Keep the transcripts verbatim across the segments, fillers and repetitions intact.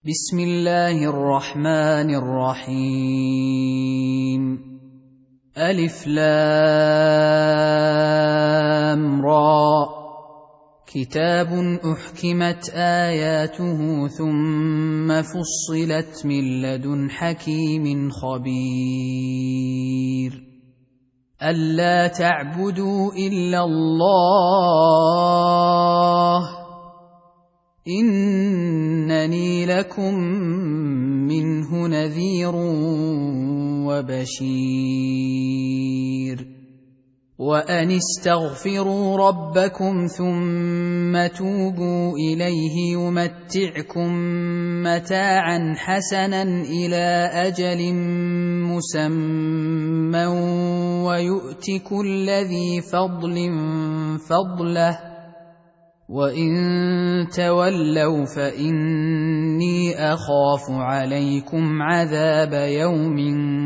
بسم الله الرحمن الرحيم. ألف لام را. كتاب أحكمت آياته ثم فصلت من لدن حكيم خبير. ألا تعبدوا إلا الله إنني لكم منه نذير وبشير. وأن استغفروا ربكم ثم توبوا إليه يمتعكم متاعا حسنا إلى أجل مسمى ويؤت كل ذي فضل فضله وإن تولوا فإني أخاف عليكم عذاب يوم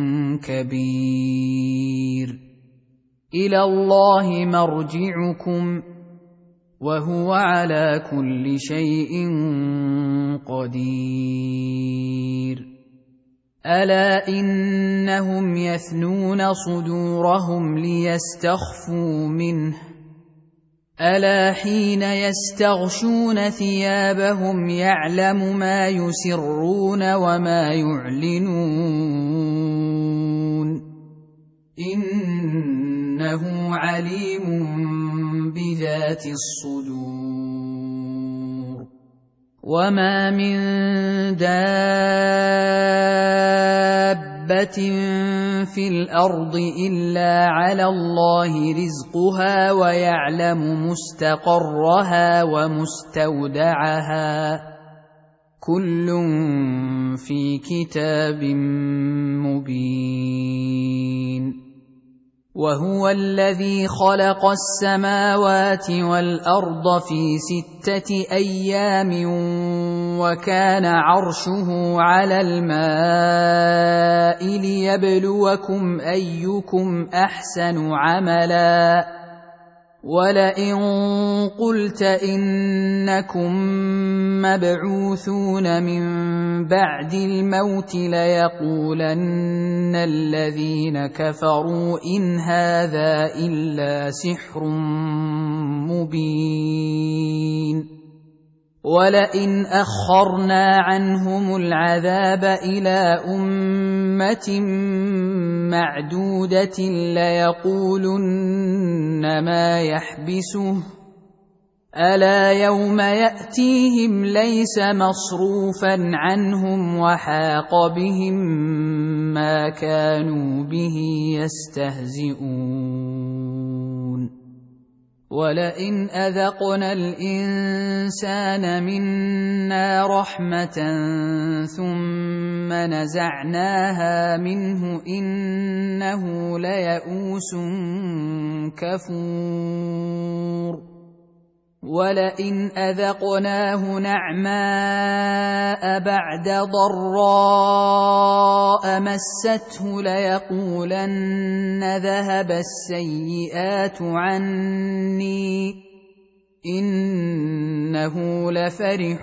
كبير. إلى الله مرجعكم وهو على كل شيء قدير. ألا إنهم يثنون صدورهم ليستخفوا منه ألا حين يستغشون ثيابهم يعلم ما يسرون وما يعلنون إنه عليم بذات الصدور. وما من دابة في الأرض إلا على الله رزقها ويعلم مستقرها ومستودعها كل في كتاب مبين. وهو الذي خلق السماوات والأرض في ستة أيام وكان عرشه على الماء ليبلوكم أيكم أحسن عملا. ولئن قلت إنكم مبعوثون من بعد الموت ليقولن الذين كفروا إن هذا إلا سحر مبين. ولئن أخرنا عنهم العذاب إلى أمة معدودة ليقولن ما يحبسه ألا يوم يأتيهم ليس مصروفا عنهم وحاق بهم ما كانوا به يستهزئون. ولئن أذقنا الإنسان منا رحمة ثم نزعناها منه إنه ليئوس كفور. ولئن أذقناه نعماء بعد ضراء مسته ليقولن ذهب السيئات عني إنه لفرح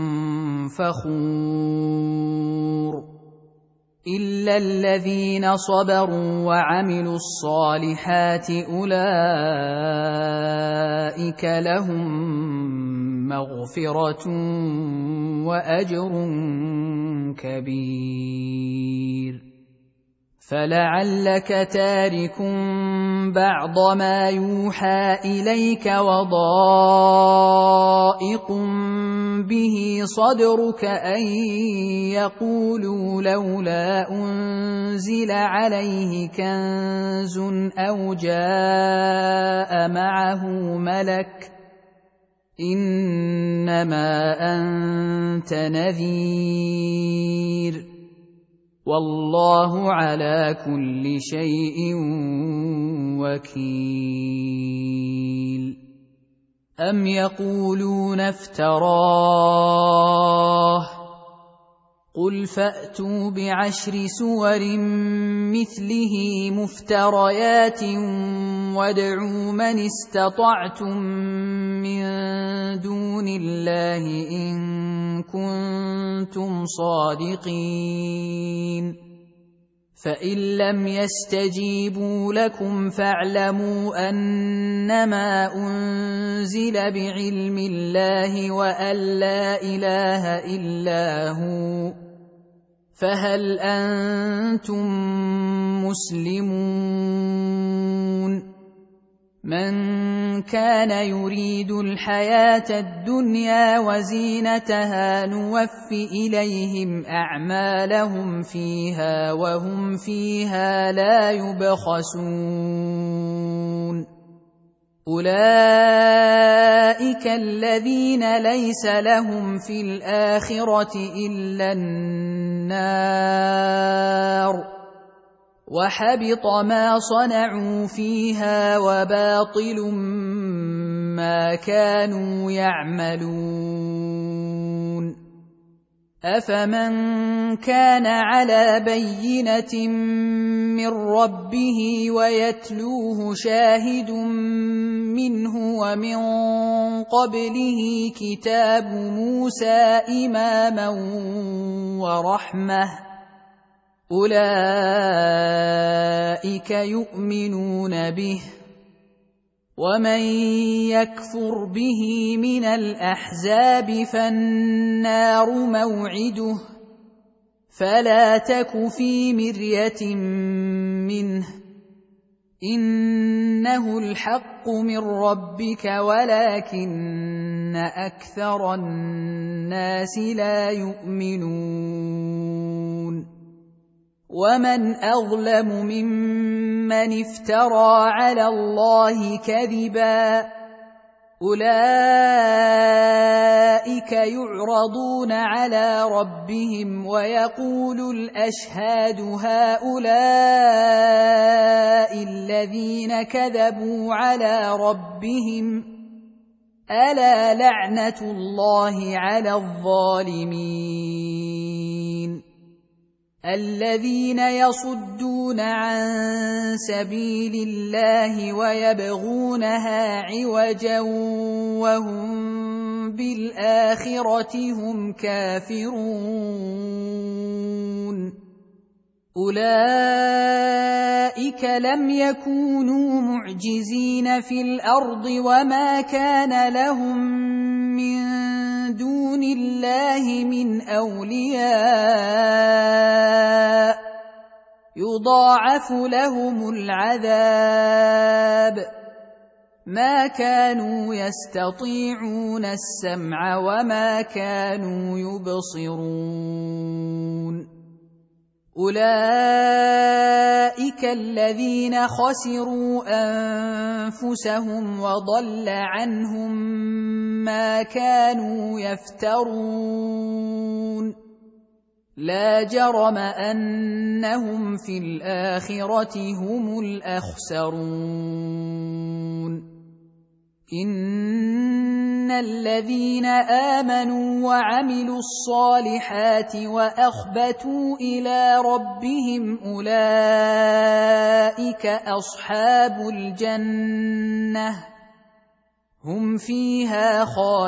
فخور. إلا الذين صبروا وعملوا الصالحات أولئك لهم مغفرة وأجر كبير. فلعلك تارك بعض ما يوحى إليك وضائق به صدرك أن يقولوا لولا أنزل عليه كنز أو جاء معه ملك إنما أنت نذير والله على كل شيء وكيل. أم يقولون افتراه قل فأتوا بعشر سور مثله مفتريات وادعوا من استطعتم من دون الله إن كنتم صادقين فإن لم يستجيبوا لكم فاعلموا أنما أنزل بعلم الله وأن لا إله إلا هو فهل أنتم مسلمون من كان يريد الحياة الدنيا وزينتها نوف إليهم أعمالهم فيها وهم فيها لا يبخسون أولئك الذين ليس لهم في الآخرة إلا النار وحبط ما صنعوا فيها وباطل ما كانوا يعملون أفمن كان على بينة من ربه ويتلوه شاهد منه ومن قبله كتاب موسى إماما ورحمة أولئك يؤمنون به ومن يكفر به من الأحزاب فالنار موعده فلا تك في مرية منه إنه الحق من ربك ولكن أكثر الناس لا يؤمنون ومن أظلم ممن افترى على الله كذبا أولئك يعرضون على ربهم ويقول الأشهاد هؤلاء الذين كذبوا على ربهم ألا لعنة الله على الظالمين الذين يصدون عن سبيل الله ويبغونها عوجا وهم بالآخرة هم كافرون أولئك لم يكونوا معجزين في الأرض وما كان لهم من دون الله من أولياء يضاعف لهم العذاب ما كانوا يستطيعون السمع وما كانوا يبصرون أولئك الذين خسروا أنفسهم وضل عنهم ما كانوا يفترون لا جرم أنهم في الآخرة هم الأخسرون إن الذين آمنوا وعملوا الصالحات وأخبتوا إلى ربهم أولئك أصحاب الجنة هم فيها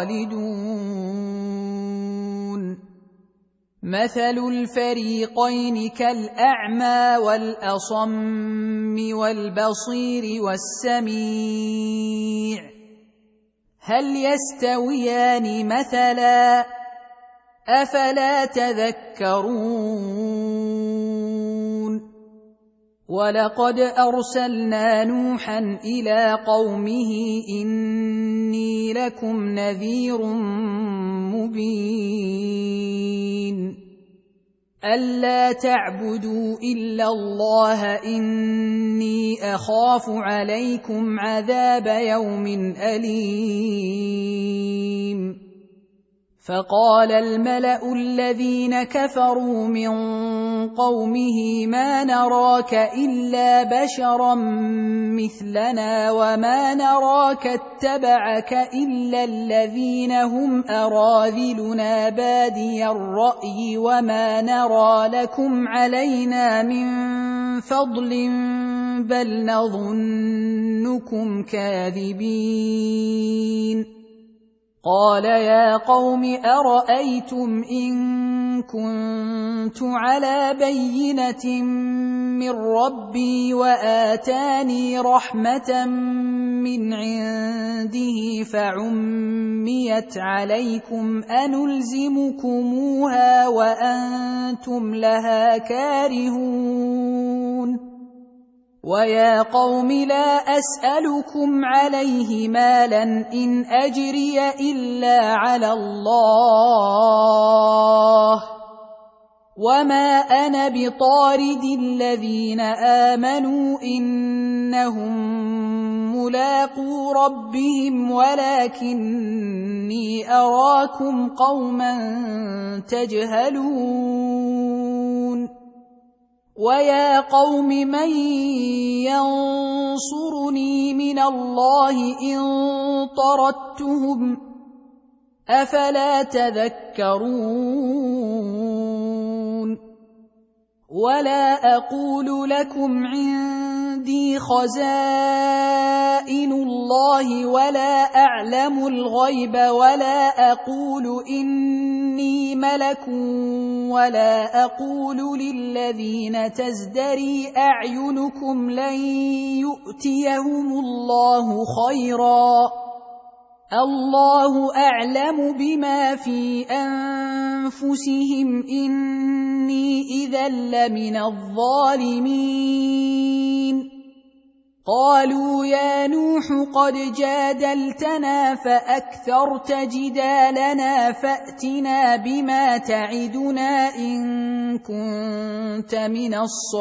خالدون مثل الفريقين كالأعمى والأصم والبصير والسميع هل يستويان مثلا أفلا تذكرون ولقد أرسلنا نوحا إلى قومه إني لكم نذير مبين ألا تعبدوا إلا الله إني أخاف عليكم عذاب يوم أليم فقال الملأ الذين كفروا من قومه ما نراك إلا بشرا مثلنا وما نراك اتبعك إلا الذين هم أراذلنا بادي الرأي وما نرى لكم علينا من فضل بل نظنكم كاذبين قال يا قوم أرأيتم إن كنت على بينة من ربي وآتاني رحمة من عنده فعميت عليكم أنلزمكموها وأنتم لها كارهون ويا قوم لا أسألكم عليه مالا إن أجري إلا على الله وما أنا بطارد الذين آمنوا إنهم ملاقو ربهم ولكني أراكم قوما تجهلون ويا قوم من ينصرني من الله إن طردتهم أفلا تذكرون ولا أقول لكم عندي خزائن الله ولا أعلم الغيب ولا أقول إني ملك ولا أقول للذين تزدري أعينكم لن يؤتيهم الله خيرا الله أعلم بما في أنفسهم إني إذا لمن الظالمين قالوا يا نوح قد جادلتنا فأكثرت جدالنا فأتنا بما تعدنا إن كنت من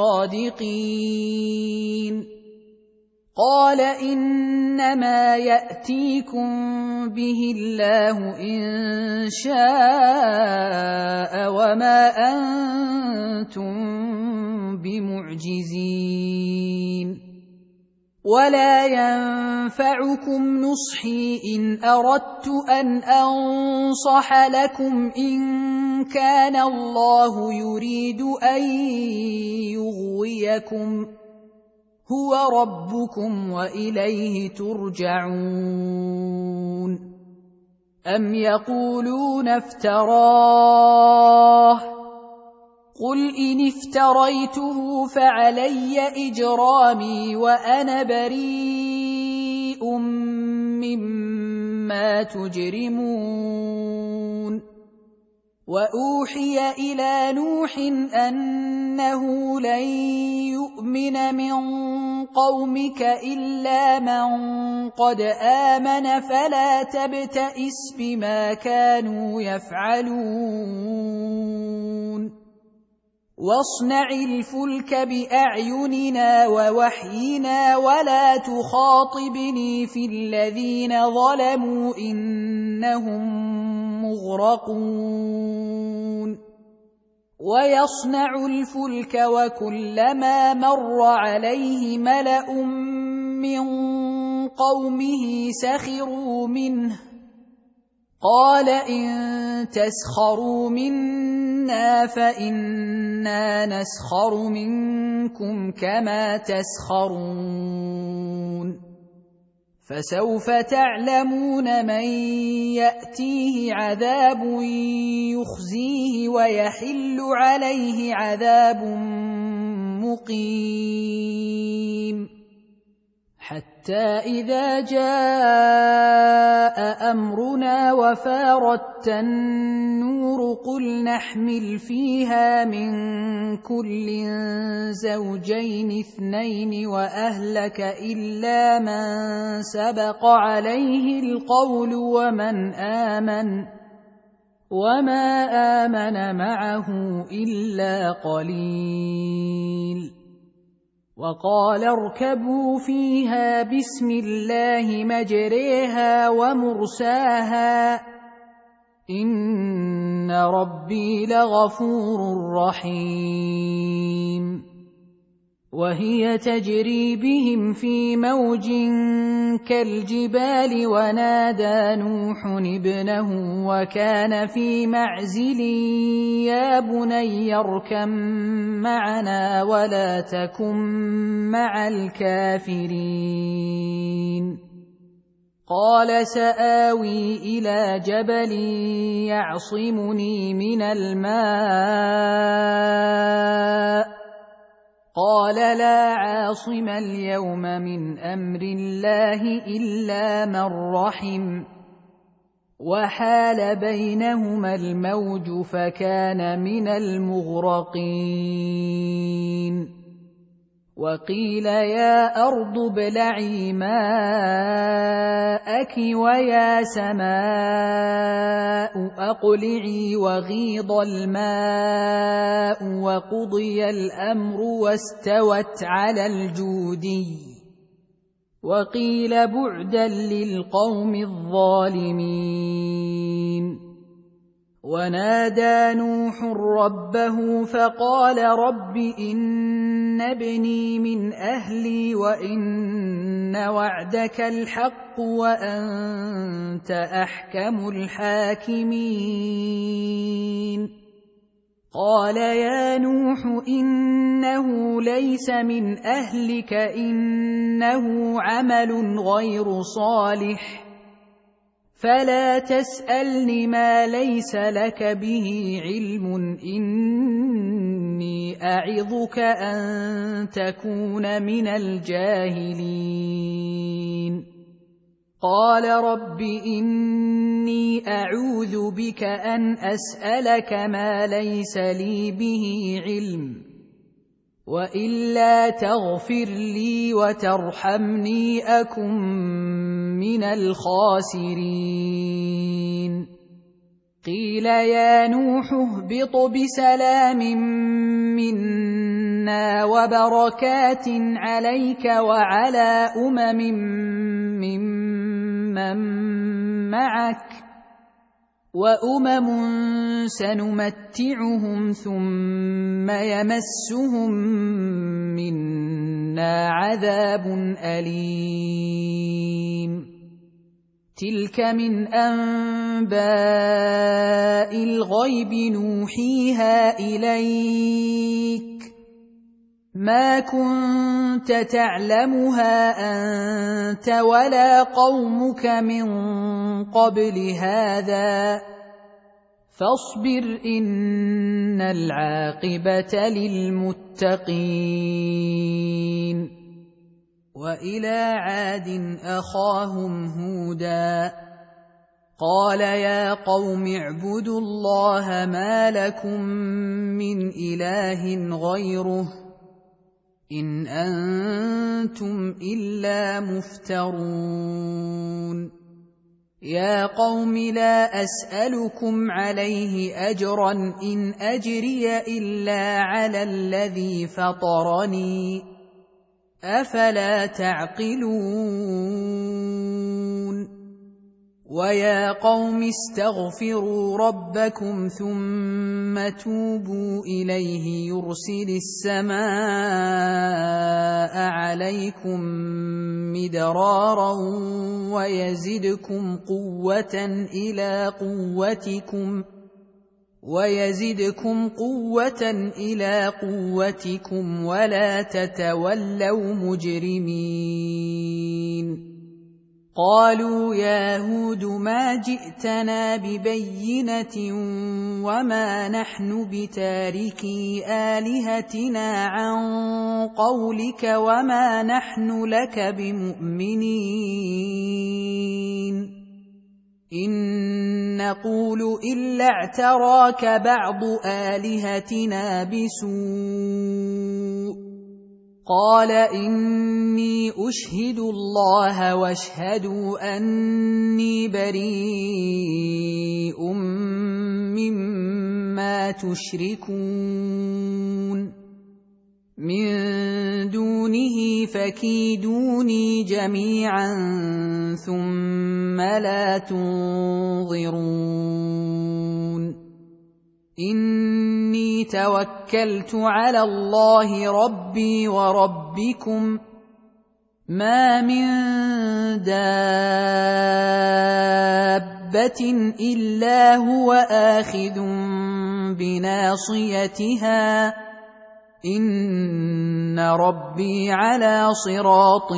الصادقين قال إنما يأتيكم به الله إن شاء وما أنتم بمعجزين ولا ينفعكم نصحي إن أردت أن أنصح لكم إن كان الله يريد أن يغويكم هو ربكم وإليه ترجعون أم يقولون افتراه قل إن افتريته فعلي إجرامي وأنا بريء مما تجرمون وأوحي إلى نوح أنه لن يؤمن من قومك إلا من قد آمن فلا تبتئس بما كانوا يفعلون واصنع الفلك بأعيننا ووحينا ولا تخاطبني في الذين ظلموا إنهم مغرقون ويصنع الفلك وكلما مر عليه ملأ من قومه سخروا منه قال إن تسخروا منا فإنا نسخر منكم كما تسخرون فسوف تعلمون من يأتيه عذاب يخزيه ويحل عليه عذاب مقيم حتى إذا جاء أمرنا وفارت النور قل نحمل فيها من كل زوجين اثنين وأهلك إلا من سبق عليه القول ومن آمن وما آمن معه إلا قليل وقال اركبوا فيها بسم الله مجريها ومرساها إن ربي لغفور رحيم وهي تجري بهم في موج كالجبال ونادى نوح ابنه وكان في معزل يا بني اركب معنا ولا تكن مع الكافرين قال سآوي إلى جبل يعصمني من الماء قال لا عاصم اليوم من أمر الله إلا من رحم وحال بينهما الموج فكان من المغرقين وقيل يا أرض ابلعي ماءك ويا سماء أقلعي وغيض الماء وقضي الأمر واستوت على الجودي وقيل بعدا للقوم الظالمين ونادى نوح ربه فقال رب إن ابني من أهلي وإن وعدك الحق وأنت أحكم الحاكمين قال يا نوح إنه ليس من أهلك إنه عمل غير صالح فلا تسألني ما ليس لك به علم إني أعظك أن تكون من الجاهلين قال رب إني أعوذ بك أن أسألك ما ليس لي به علم وإلا تغفر لي وترحمني أكن من الخاسرين قيل يا نوح اهبط بسلام منا وبركات عليك وعلى أمم ممن معك وأمم سنمتعهم ثم يمسهم منا عذاب أليم تلك من أنباء الغيب نوحيها إليك ما كنت تعلمها أنت ولا قومك من قبل هذا فاصبر إن العاقبة للمتقين وإلى عاد أخاهم هودا قال يا قوم اعبدوا الله ما لكم من إله غيره إن أنتم إلا مفترون يا قوم لا أسألكم عليه أجرا إن أجري إلا على الذي فطرني أفلا تعقلون ويا قوم استغفروا ربكم ثم توبوا إليه يرسل السماء عليكم مدرارا ويزدكم قوة إلى قوتكم ويزدكم قوة إلى قوتكم ولا تتولوا مجرمين قالوا يا هود ما جئتنا ببينة وما نحن بتاركي آلهتنا عن قولك وما نحن لك بمؤمنين إن نقول إلا اعتراك بعض آلهتنا بسوء قال إني أشهد الله واشهدوا أني بريء مما تشركون من دونه فكيدوني جميعا ثم لا تنظرون إني توكلت على الله ربي وربكم ما من دابة إلا هو آخذ بناصيتها إن ربي على صراط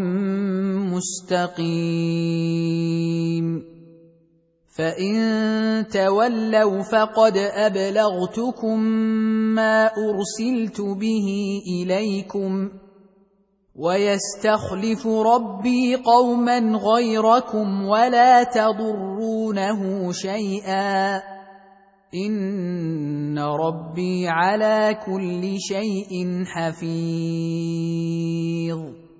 مستقيم فإن تولوا فقد أبلغتكم ما أرسلت به إليكم ويستخلف ربي قوما غيركم ولا تضرونه شيئا إن ربي على كل شيء حفيظ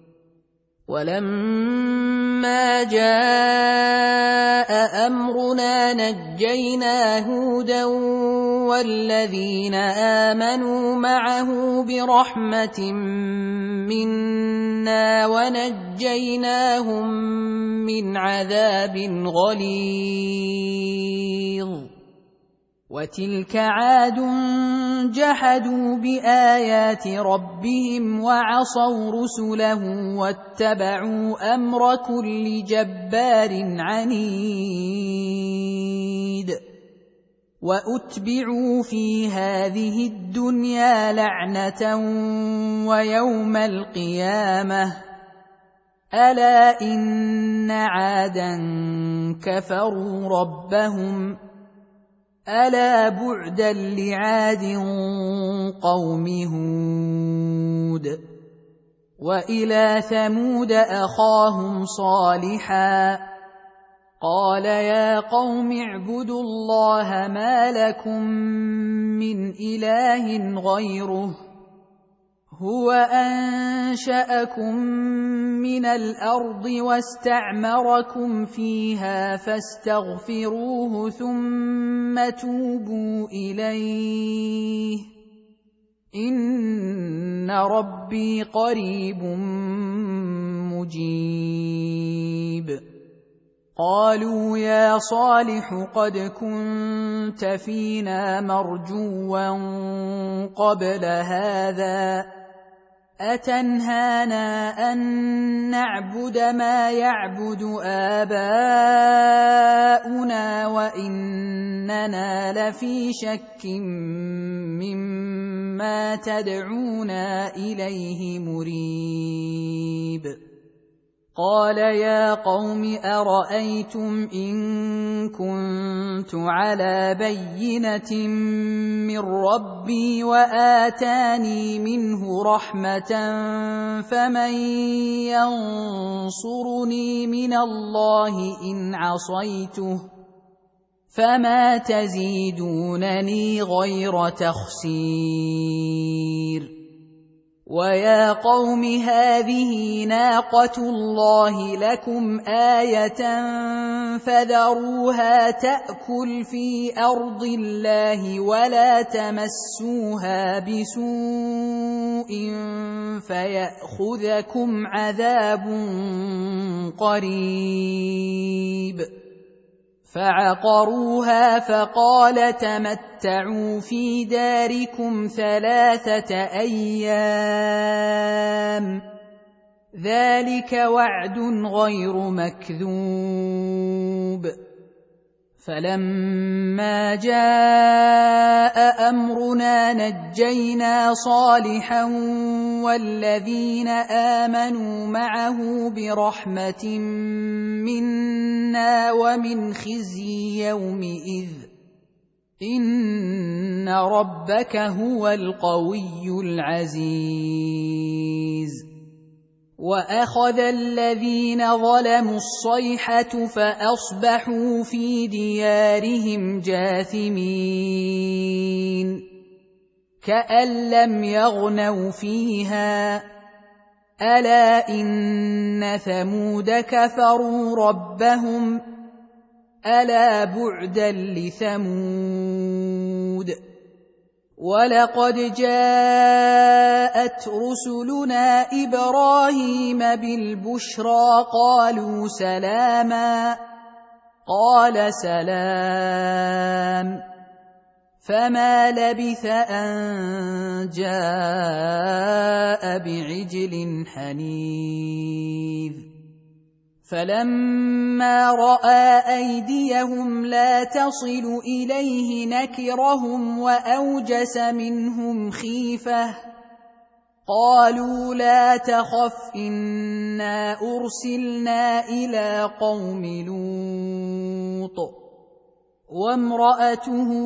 ولما جاء أمرنا نجينا هودا والذين آمنوا معه برحمة منا ونجيناهم من عذاب غليظ وتلك عاد جحدوا بآيات ربهم وعصوا رسله واتبعوا أمر كل جبار عنيد وأتبعوا في هذه الدنيا لعنة ويوم القيامة ألا إن عادا كفروا ربهم ألا بعدا لعاد قوم هود وإلى ثمود أخاهم صالحا قال يا قوم اعبدوا الله ما لكم من إله غيره هو أنشأكم من الأرض واستعمركم فيها فاستغفروه ثم توبوا إليه إن ربي قريب مجيب قالوا يا صالح قد كنت فينا مرجوا قبل هذا أتنهانا أن نعبد ما يعبد آباؤنا وإننا لفي شك مما تدعونا إليه مريب قال يا قوم أرأيتم إن كنت على بينة من ربي وآتاني منه رحمة فمن ينصرني من الله إن عصيته فما تزيدونني غير تخسير ويا قوم هذه ناقة الله لكم آية فذروها تأكل في أرض الله ولا تمسوها بسوء فيأخذكم عذاب قريب فعقروها فقال تمتعوا في داركم ثلاثة أيام ذلك وعد غير مكذوب فلما جاء أمرنا نجينا صالحا والذين آمنوا معه برحمة منا ومن خزي يومئذ إن ربك هو القوي العزيز وأخذ الذين ظلموا الصيحة فأصبحوا في ديارهم جاثمين كأن لم يغنوا فيها ألا إن ثمود كفروا ربهم ألا بعدا لثمود ولقد جاءت رسلنا إبراهيم بالبشرى قالوا سلاما قال سلام فما لبث أن جاء بعجل حنيذ فلما رأى أيديهم لا تصل إليه نكرهم وأوجس منهم خيفة قالوا لا تخف إنا أرسلنا إلى قوم لوط وامرأته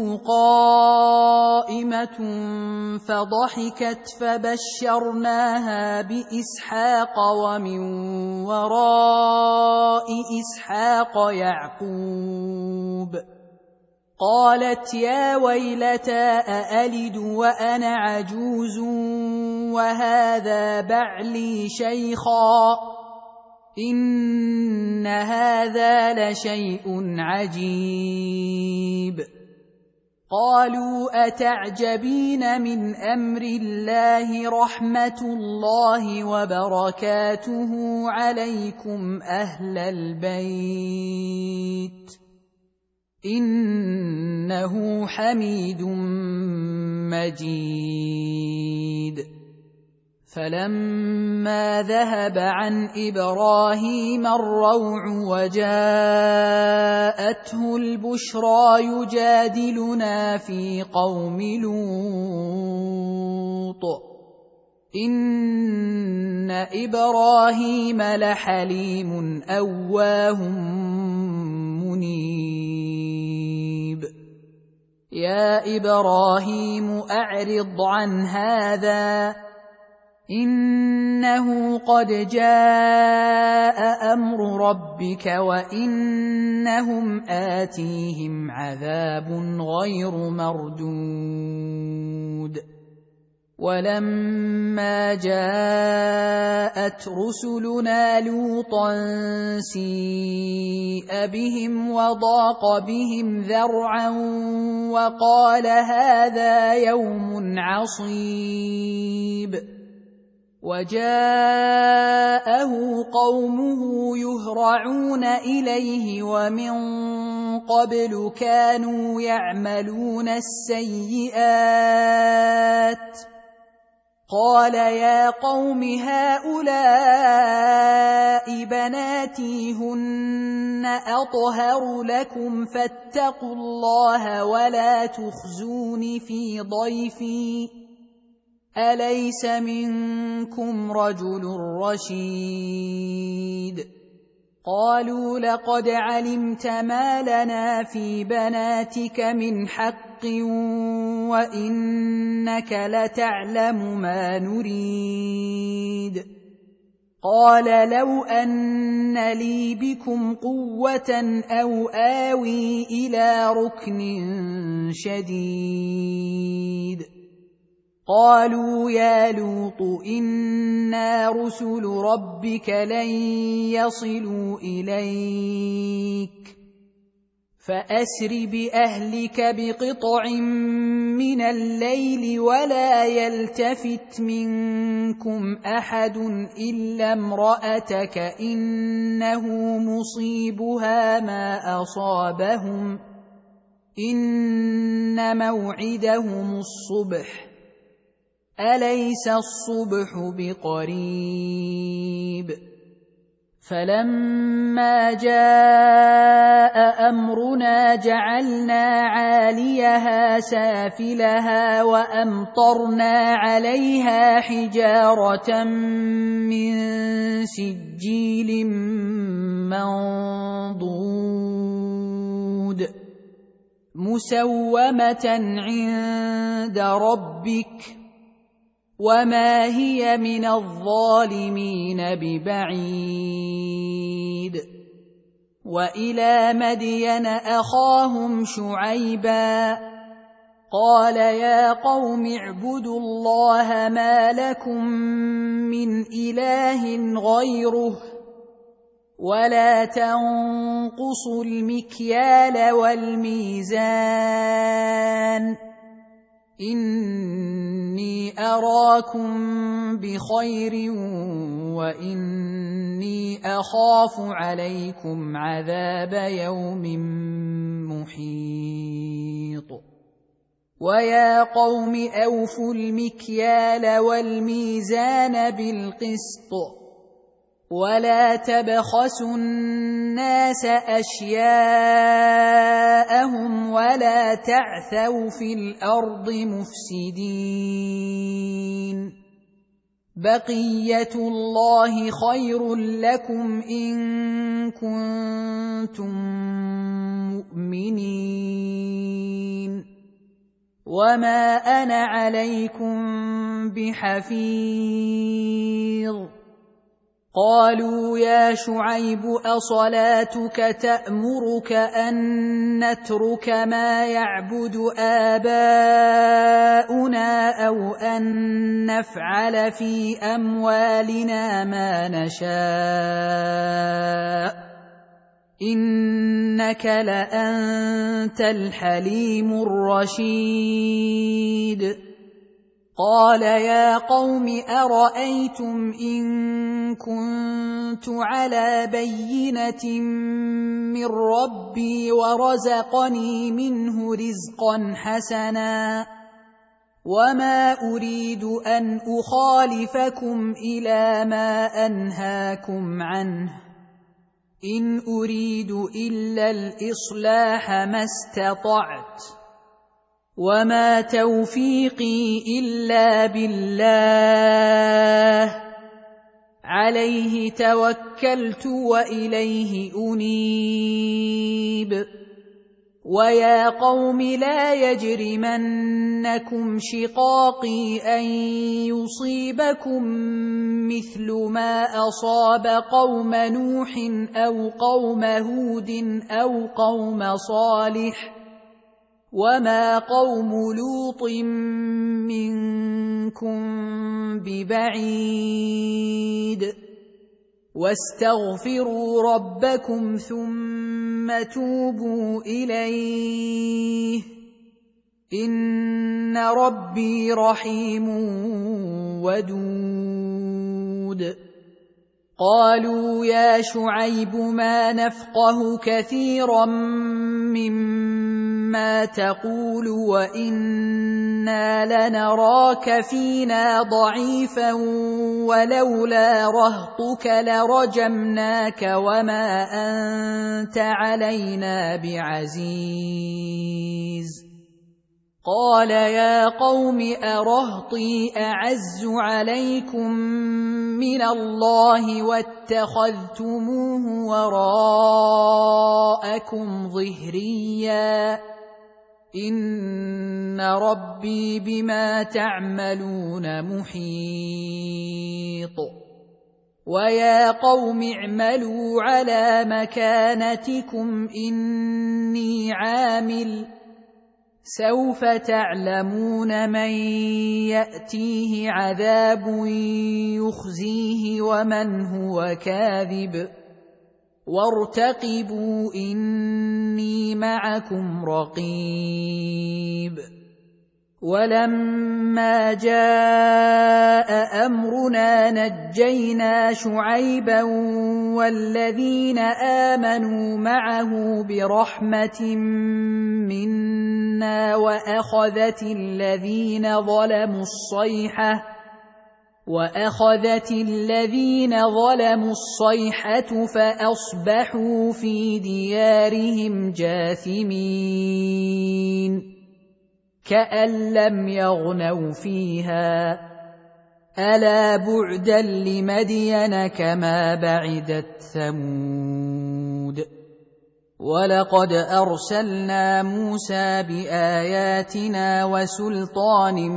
قائمة فضحكت فبشرناها بإسحاق ومن وراء إسحاق يعقوب قالت يا ويلتى أألد وأنا عجوز وهذا بعلي شيخا إن هذا لشيء عجيب قالوا أتعجبين من أمر الله رحمة الله وبركاته عليكم أهل البيت إنه حميد مجيد فلما ذهب عن إبراهيم الروع وجاءته البشرى يجادلنا في قوم لوط إن إبراهيم لحليم أواه منيب يا إبراهيم أعرض عن هذا إنه قد جاء أمر ربك وإنهم آتيهم عذاب غير مردود ولما جاءت رسلنا لوطا سيء بهم وضاق بهم ذرعا وقال هذا يوم عصيب وجاءه قومه يهرعون إليه ومن قبل كانوا يعملون السيئات قال يا قوم هؤلاء بناتي هن أطهر لكم فاتقوا الله ولا تخزون في ضيفي أليس منكم رجل رشيد قالوا لقد علمت ما لنا في بناتك من حق وإنك لتعلم ما نريد قال لو أن لي بكم قوة أو آوي إلى ركن شديد قالوا يا لوط إنا رسل ربك لن يصلوا إليك فأسر بأهلك بقطع من الليل ولا يلتفت منكم أحد إلا امرأتك إنه مصيبها ما أصابهم إن موعدهم الصبح أليس الصبح بقريب فلما جاء أمرنا جعلنا عاليها سافلها وأمطرنا عليها حجارة من سجيل منضود مسومة عند ربك وما هي من الظالمين ببعيد وإلى مدين أخاهم شعيبا قال يا قوم اعبدوا الله ما لكم من إله غيره ولا تنقصوا المكيال والميزان إني أراكم بخير وإني أخاف عليكم عذاب يوم محيط ويا قوم أوفوا المكيال والميزان بالقسط ولا تبخسوا الناس أشياءهم ولا تعثوا في الأرض مفسدين بقية الله خير لكم إن كنتم مؤمنين وما أنا عليكم بحفيظ قالوا يا شعيب أصلاتك تأمرك أن نترك ما يعبد آباؤنا أو أن نفعل في أموالنا ما نشاء إنك لأنت الحليم الرشيد قال يا قوم أرأيتم إن كنت على بينة من ربي ورزقني منه رزقا حسنا وما أريد أن أخالفكم إلى ما أنهاكم عنه إن أريد إلا الإصلاح ما استطعت وما توفيقي إلا بالله عليه توكلت وإليه أنيب ويا قوم لا يجرمنكم شقاقي أن يصيبكم مثل ما أصاب قوم نوح أو قوم هود أو قوم صالح وما قوم لوط منكم ببعيد واستغفروا ربكم ثم توبوا إليه إن ربي رحيم ودود قالوا يا شعيب ما نفقه كثيرا مما تقول وإنا لنراك فينا ضعيفا ولولا رهطك لرجمناك وما أنت علينا بعزيز قال يا قوم أرهطي أعز عليكم من الله واتخذتموه وراءكم ظهريا إن ربي بما تعملون محيط ويا قوم اعملوا على مكانتكم إني عامل سوف تعلمون من يأتيه عذاب يخزيه ومن هو كاذب وارتقبوا إني معكم رقيب ولما جاء أمرنا نجينا شعيبا والذين آمنوا معه برحمة منا وأخذت الذين ظلموا الصيحة وأخذت الذين ظلموا الصيحة فأصبحوا في ديارهم جاثمين كأن لم يغنوا فيها ألا بعدا لمدين كما بعدت ثمود ولقد أرسلنا موسى بآياتنا وسلطان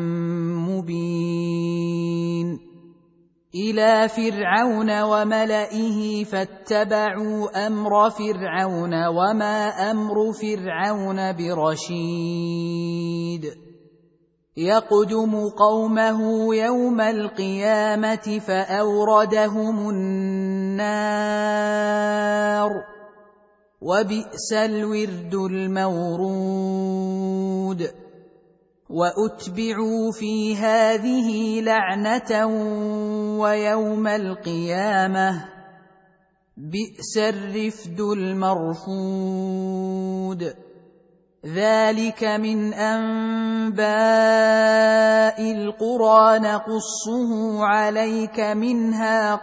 مبين إلى فرعون وملئه فاتبعوا أمر فرعون وما أمر فرعون برشيد يقدم قومه يوم القيامة فأوردهم النار وبئس الورد المورود وأتبعوا في هذه لعنة ويوم القيامة بئس الرفد المرفود ذلك من أنباء القرى نقصه عليك منها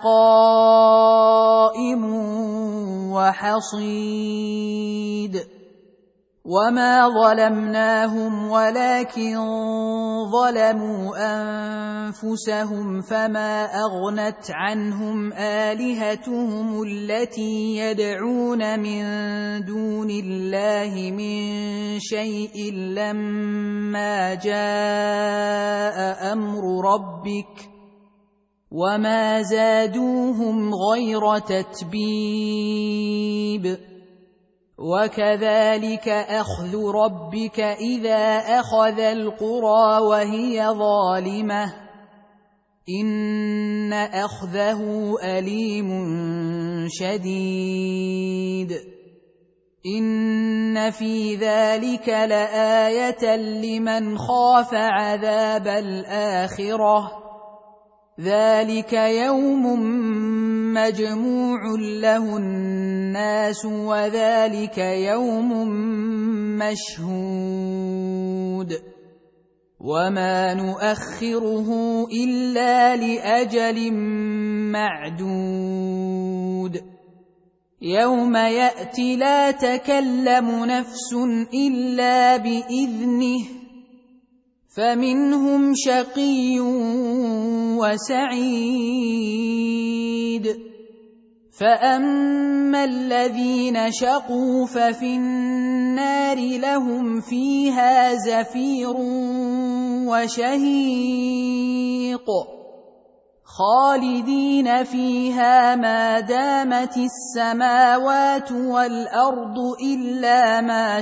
قائم وحصيد وما ظلمناهم ولكن ظلموا أنفسهم فما أغنت عنهم آلهتهم التي يدعون من دون الله من شيء لما جاء أمر ربك وما زادوهم غير تتبيب وكذلك أخذ ربك إذا أخذ القرى وهي ظالمة إن أخذه أليم شديد إن في ذلك لآية لمن خاف عذاب الآخرة ذلك يوم مجموع له الناس وذلك يوم مشهود وما نؤخره إلا لأجل معدود يوم يأتي لا تكلم نفس إلا بإذنه فمنهم شقي وسعيد فأما الذين شقوا ففي النار لهم فيها زفير وشهيق خالدين فيها ما دامت السماوات والأرض إلا ما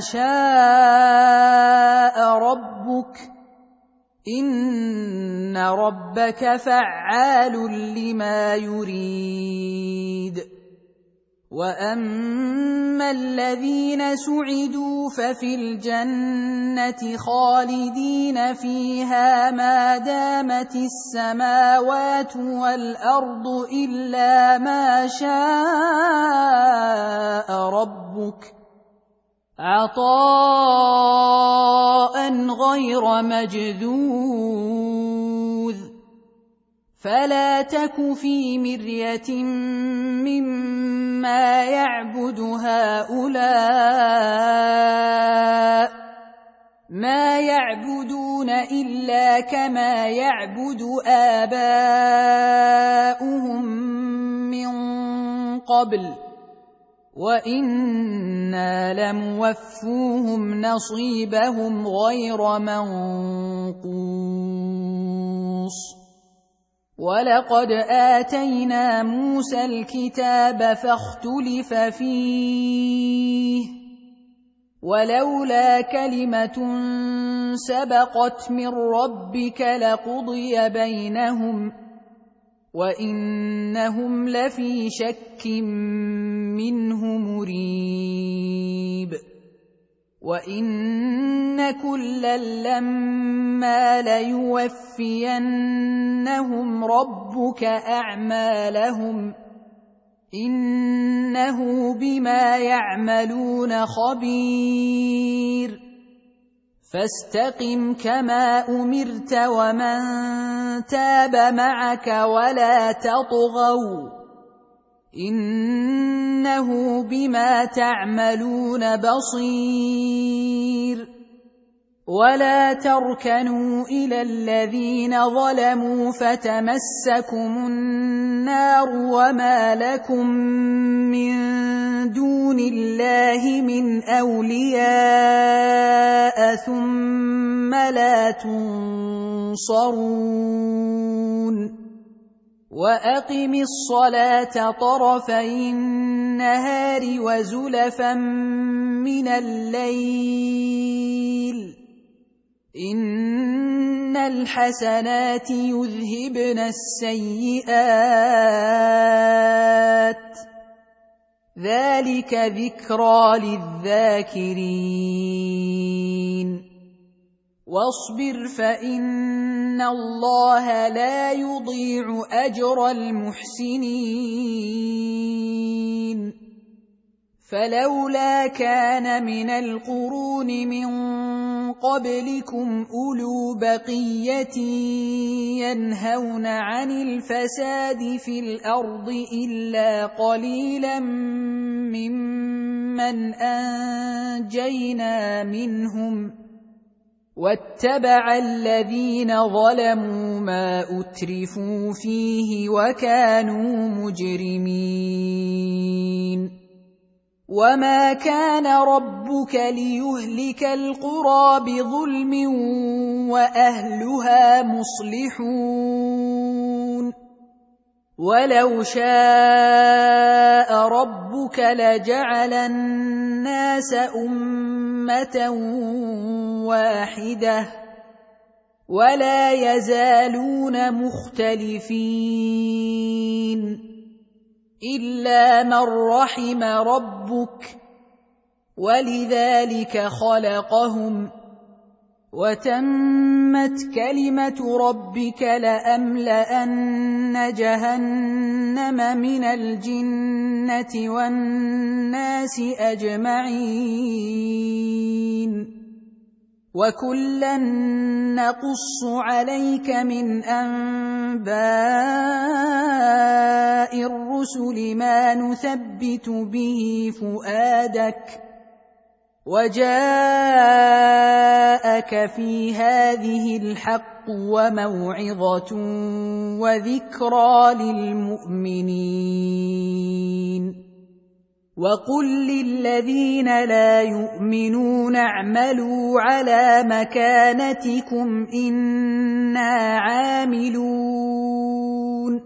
شاء ربك إن ربك فعال لما يريد وأما الذين سعدوا ففي الجنة خالدين فيها ما دامت السماوات والأرض إلا ما شاء ربك عطاء غير مجذوذ فلا تك في مرية مما يعبد هؤلاء ما يعبدون إلا كما يعبد آباؤهم من قبل وإنا لموفوهم نصيبهم غير منقوص ولقد آتينا موسى الكتاب فاختلف فيه ولولا كلمة سبقت من ربك لقضي بينهم وإنهم لفي شك منه مريب وإن كلا لما ليوفينهم ربك أعمالهم إنه بما يعملون خبير فاستقم كما أمرت ومن تاب معك ولا تطغوا إنه بما تعملون بصير ولا تركنوا إلى الذين ظلموا فتمسكم النار وما لكم من دون الله من أولياء ثم لا تنصرون وأقم الصلاة طرفي النهار وزلفا من الليل إن الحسنات يذهبن السيئات ذلك ذكرى للذاكرين واصبر فإن الله لا يضيع أجر المحسنين فلولا كان من القرون من قبلكم أولو بقية ينهون عن الفساد في الأرض إلا قليلا ممن ممن أنجينا منهم واتبع الذين ظلموا ما أترفوا فيه وكانوا مجرمين وما كان ربك ليهلك القرى بظلم وأهلها مصلحون ولو شاء ربك لجعل الناس أمة واحدة ولا يزالون مختلفين إلا من رحم ربك ولذلك خلقهم وتمت كلمة ربك لأملأن جهنم من الجنة والناس أجمعين وكلا نقص عليك من أنباء الرسل ما نثبت به فؤادك وجاءك في هذه الحق وموعظة وذكرى للمؤمنين وقل للذين لا يؤمنون اعملوا على مكانتكم إنا عاملون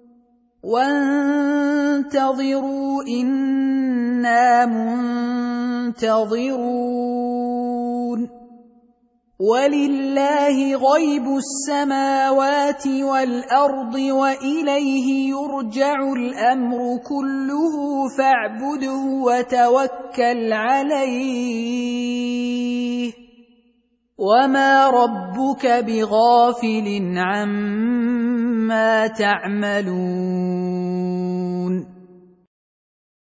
وانتظروا إنا منتظرون ولله غيب السماوات والأرض وإليه يرجع الأمر كله فاعبده وتوكل عليه وما ربك بغافل عما تعملون